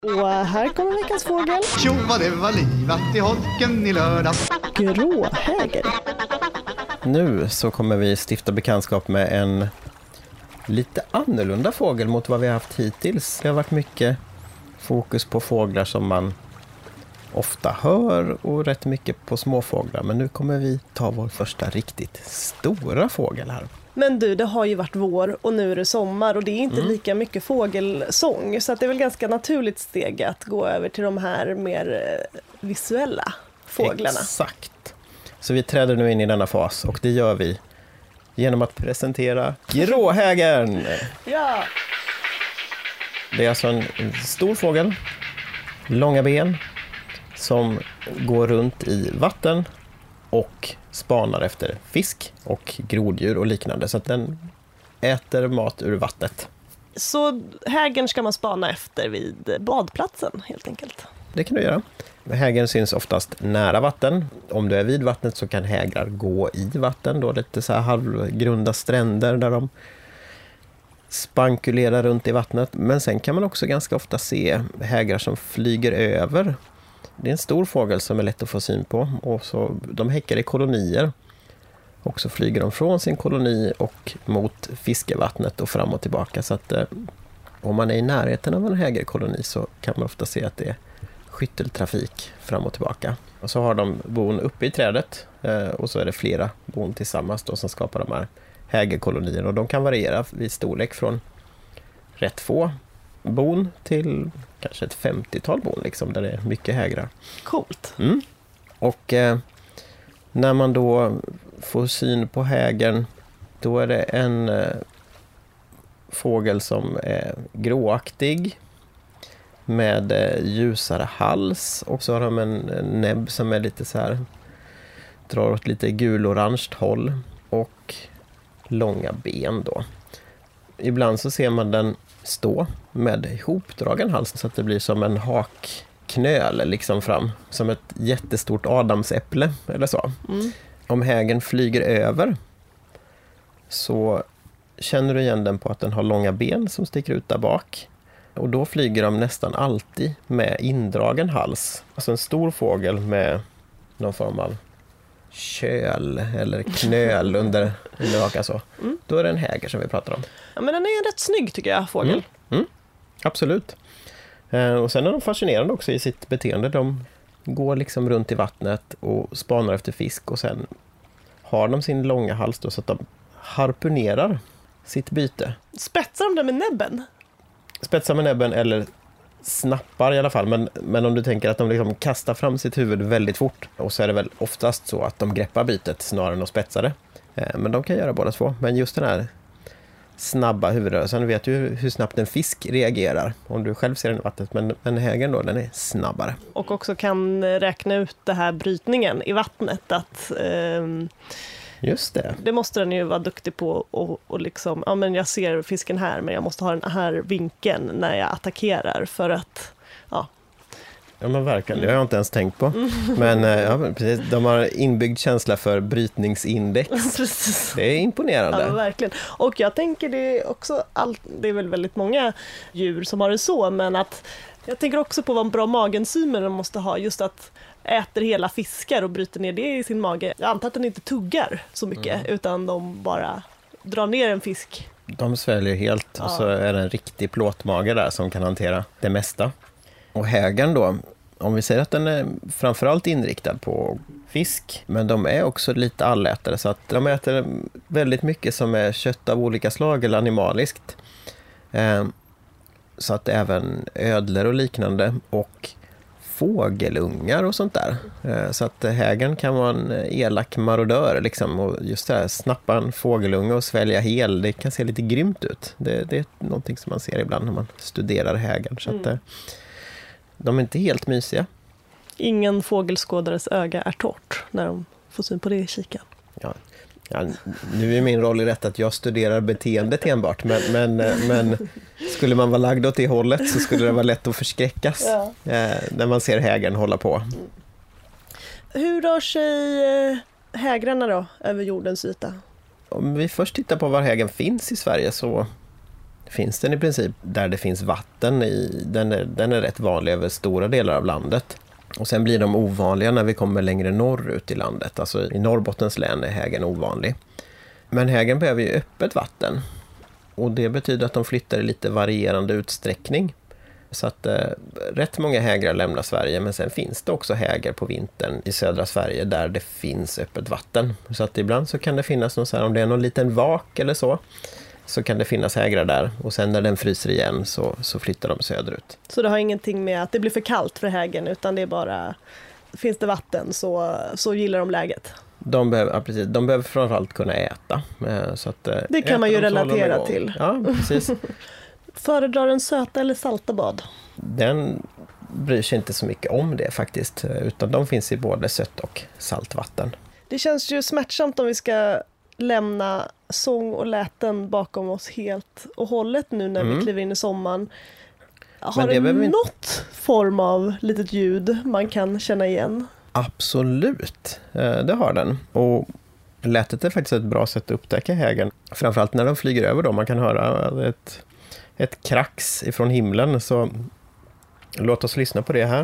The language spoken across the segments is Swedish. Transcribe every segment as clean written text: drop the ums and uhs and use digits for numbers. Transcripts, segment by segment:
Och här kommer veckans fågel. Tjo vad det var livat i holken i lördag. Gråhäger. Nu så kommer vi stifta bekantskap med en lite annorlunda fågel mot vad vi har haft hittills. Det har varit mycket fokus på fåglar som man ofta hör och rätt mycket på småfåglar. Men nu kommer vi ta vår första riktigt stora fågel här. Men du, det har ju varit vår och nu är det sommar och det är inte lika mycket fågelsång. Så att det är väl ganska naturligt steg att gå över till de här mer visuella fåglarna. Exakt. Så vi träder nu in i denna fas och det gör vi genom att presentera gråhägern. Ja! Det är alltså en stor fågel, långa ben, som går runt i vatten och spanar efter fisk och groddjur och liknande. Så att den äter mat ur vattnet. Så hägern ska man spana efter vid badplatsen helt enkelt? Det kan du göra. Hägern syns oftast nära vatten. Om du är vid vattnet så kan hägrar gå i vatten. Då lite så här halvgrunda stränder där de spankulerar runt i vattnet. Men sen kan man också ganska ofta se hägrar som flyger över. Det är en stor fågel som är lätt att få syn på. Och så, de häckar i kolonier. Och så flyger de från sin koloni och mot fiskevattnet och fram och tillbaka. Så att om man är i närheten av en hägerkoloni så kan man ofta se att det är skytteltrafik fram och tillbaka. Och så har de bon uppe i trädet och så är det flera bon tillsammans då som skapar de här hägerkolonier. Och de kan variera vid storlek från rätt få bon till kanske ett 50-tal bon liksom, där det är mycket hägrar. Coolt. Och när man då får syn på hägern, då är det en fågel som är gråaktig med ljusare hals, och så har de en näbb som är lite så här, drar åt lite gul-orange håll och långa ben då. Ibland så ser man den stå med ihopdragen hals så att det blir som en hakknöl liksom fram, som ett jättestort adamsäpple eller så. Om hägern flyger över så känner du igen den på att den har långa ben som sticker ut där bak. Och då flyger de nästan alltid med indragen hals. Alltså en stor fågel med någon form av köl eller knöl under hakan så. Då är det en häger som vi pratar om. Ja, men den är rätt snygg tycker jag, fågel. Absolut. Och sen är de fascinerande också i sitt beteende. De går liksom runt i vattnet och spanar efter fisk och sen har de sin långa hals då, så att de harpunerar sitt byte. Spetsar de det med näbben? Spetsar med näbben eller snappar i alla fall. Men om du tänker att de liksom kastar fram sitt huvud väldigt fort, och så är det väl oftast så att de greppar bytet snarare än att spetsa det. Men de kan göra båda två. Men just den här snabba huvudrörelsen, vet du hur snabbt en fisk reagerar om du själv ser den i vattnet, men hägern då, den är snabbare. Och också kan räkna ut det här brytningen i vattnet, att just det. Det måste den ju vara duktig på, och liksom, ja men jag ser fisken här men jag måste ha den här vinkeln när jag attackerar för att, ja. Ja men verkligen, det har jag inte ens tänkt på. Men ja, precis, de har inbyggd känsla för brytningsindex. Precis. Det är imponerande. Ja, verkligen. Och jag tänker det är också, det är väl väldigt många djur som har det så, men att jag tänker också på vad bra magenzymer de måste ha, just att äter hela fiskar och bryter ner det i sin mage. Jag antar att den inte tuggar så mycket, utan de bara drar ner en fisk. De sväljer helt, och så är det en riktig plåtmage där som kan hantera det mesta. Och hägern då, om vi säger att den är framförallt inriktad på fisk, men de är också lite allätare, så att de äter väldigt mycket som är kött av olika slag eller animaliskt. Så att även ödlor och liknande och fågelungar och sånt där. Så att hägern kan vara en elak marodör liksom, och just det här, snappa en fågelunge och svälja hel, det kan se lite grymt ut. Det är någonting som man ser ibland när man studerar hägern, så att de är inte helt mysiga. Ingen fågelskådares öga är torrt när de får syn på det i kikan. Ja, nu är min roll i rätt att jag studerar beteendet enbart, men skulle man vara lagd åt det hållet så skulle det vara lätt att förskräckas när man ser hägern hålla på. Hur rör sig hägrarna då över jordens yta? Om vi först tittar på var hägern finns i Sverige, så finns den i princip där det finns vatten. Den är rätt vanlig över stora delar av landet. Och sen blir de ovanliga när vi kommer längre norrut i landet. Alltså i Norrbottens län är hägen ovanlig. Men hägen behöver ju öppet vatten. Och det betyder att de flyttar i lite varierande utsträckning. Så att rätt många hägrar lämnar Sverige, men sen finns det också hägar på vintern i södra Sverige där det finns öppet vatten. Så att ibland så kan det finnas någon så här, om det är någon liten vak eller så kan det finnas hägrar där. Och sen när den fryser igen så flyttar de söderut. Så det har ingenting med att det blir för kallt för hägen, utan det är bara, finns det vatten så gillar de läget? De behöver framförallt kunna äta. Så att, det kan man ju relatera till. Ja, precis. Föredrar den söta eller salta bad? Den bryr sig inte så mycket om det faktiskt, utan de finns i både sött och saltvatten. Det känns ju smärtsamt om vi ska lämna sång och läten bakom oss helt och hållet nu när vi kliver in i sommaren. Har det något form av litet ljud man kan känna igen? Absolut, det har den. Och lätet är faktiskt ett bra sätt att upptäcka hägen. Framförallt när de flyger över då. Man kan höra ett krax ifrån himlen. Så låt oss lyssna på det här.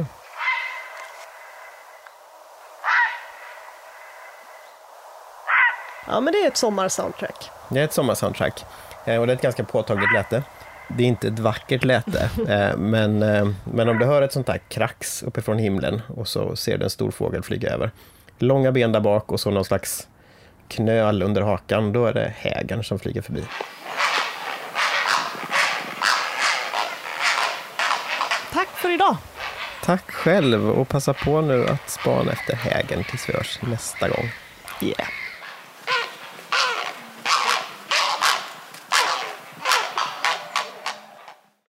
Ja, men det är ett sommarsoundtrack. Det är ett sommarsoundtrack. Och det är ett ganska påtagligt läte. Det är inte ett vackert läte. Men om du hör ett sånt här krax uppifrån himlen och så ser du en stor fågel flyga över. Långa ben där bak och så någon slags knöl under hakan. Då är det hägen som flyger förbi. Tack för idag! Tack själv, och passa på nu att spana efter hägen tills vi hörs nästa gång. Yeah.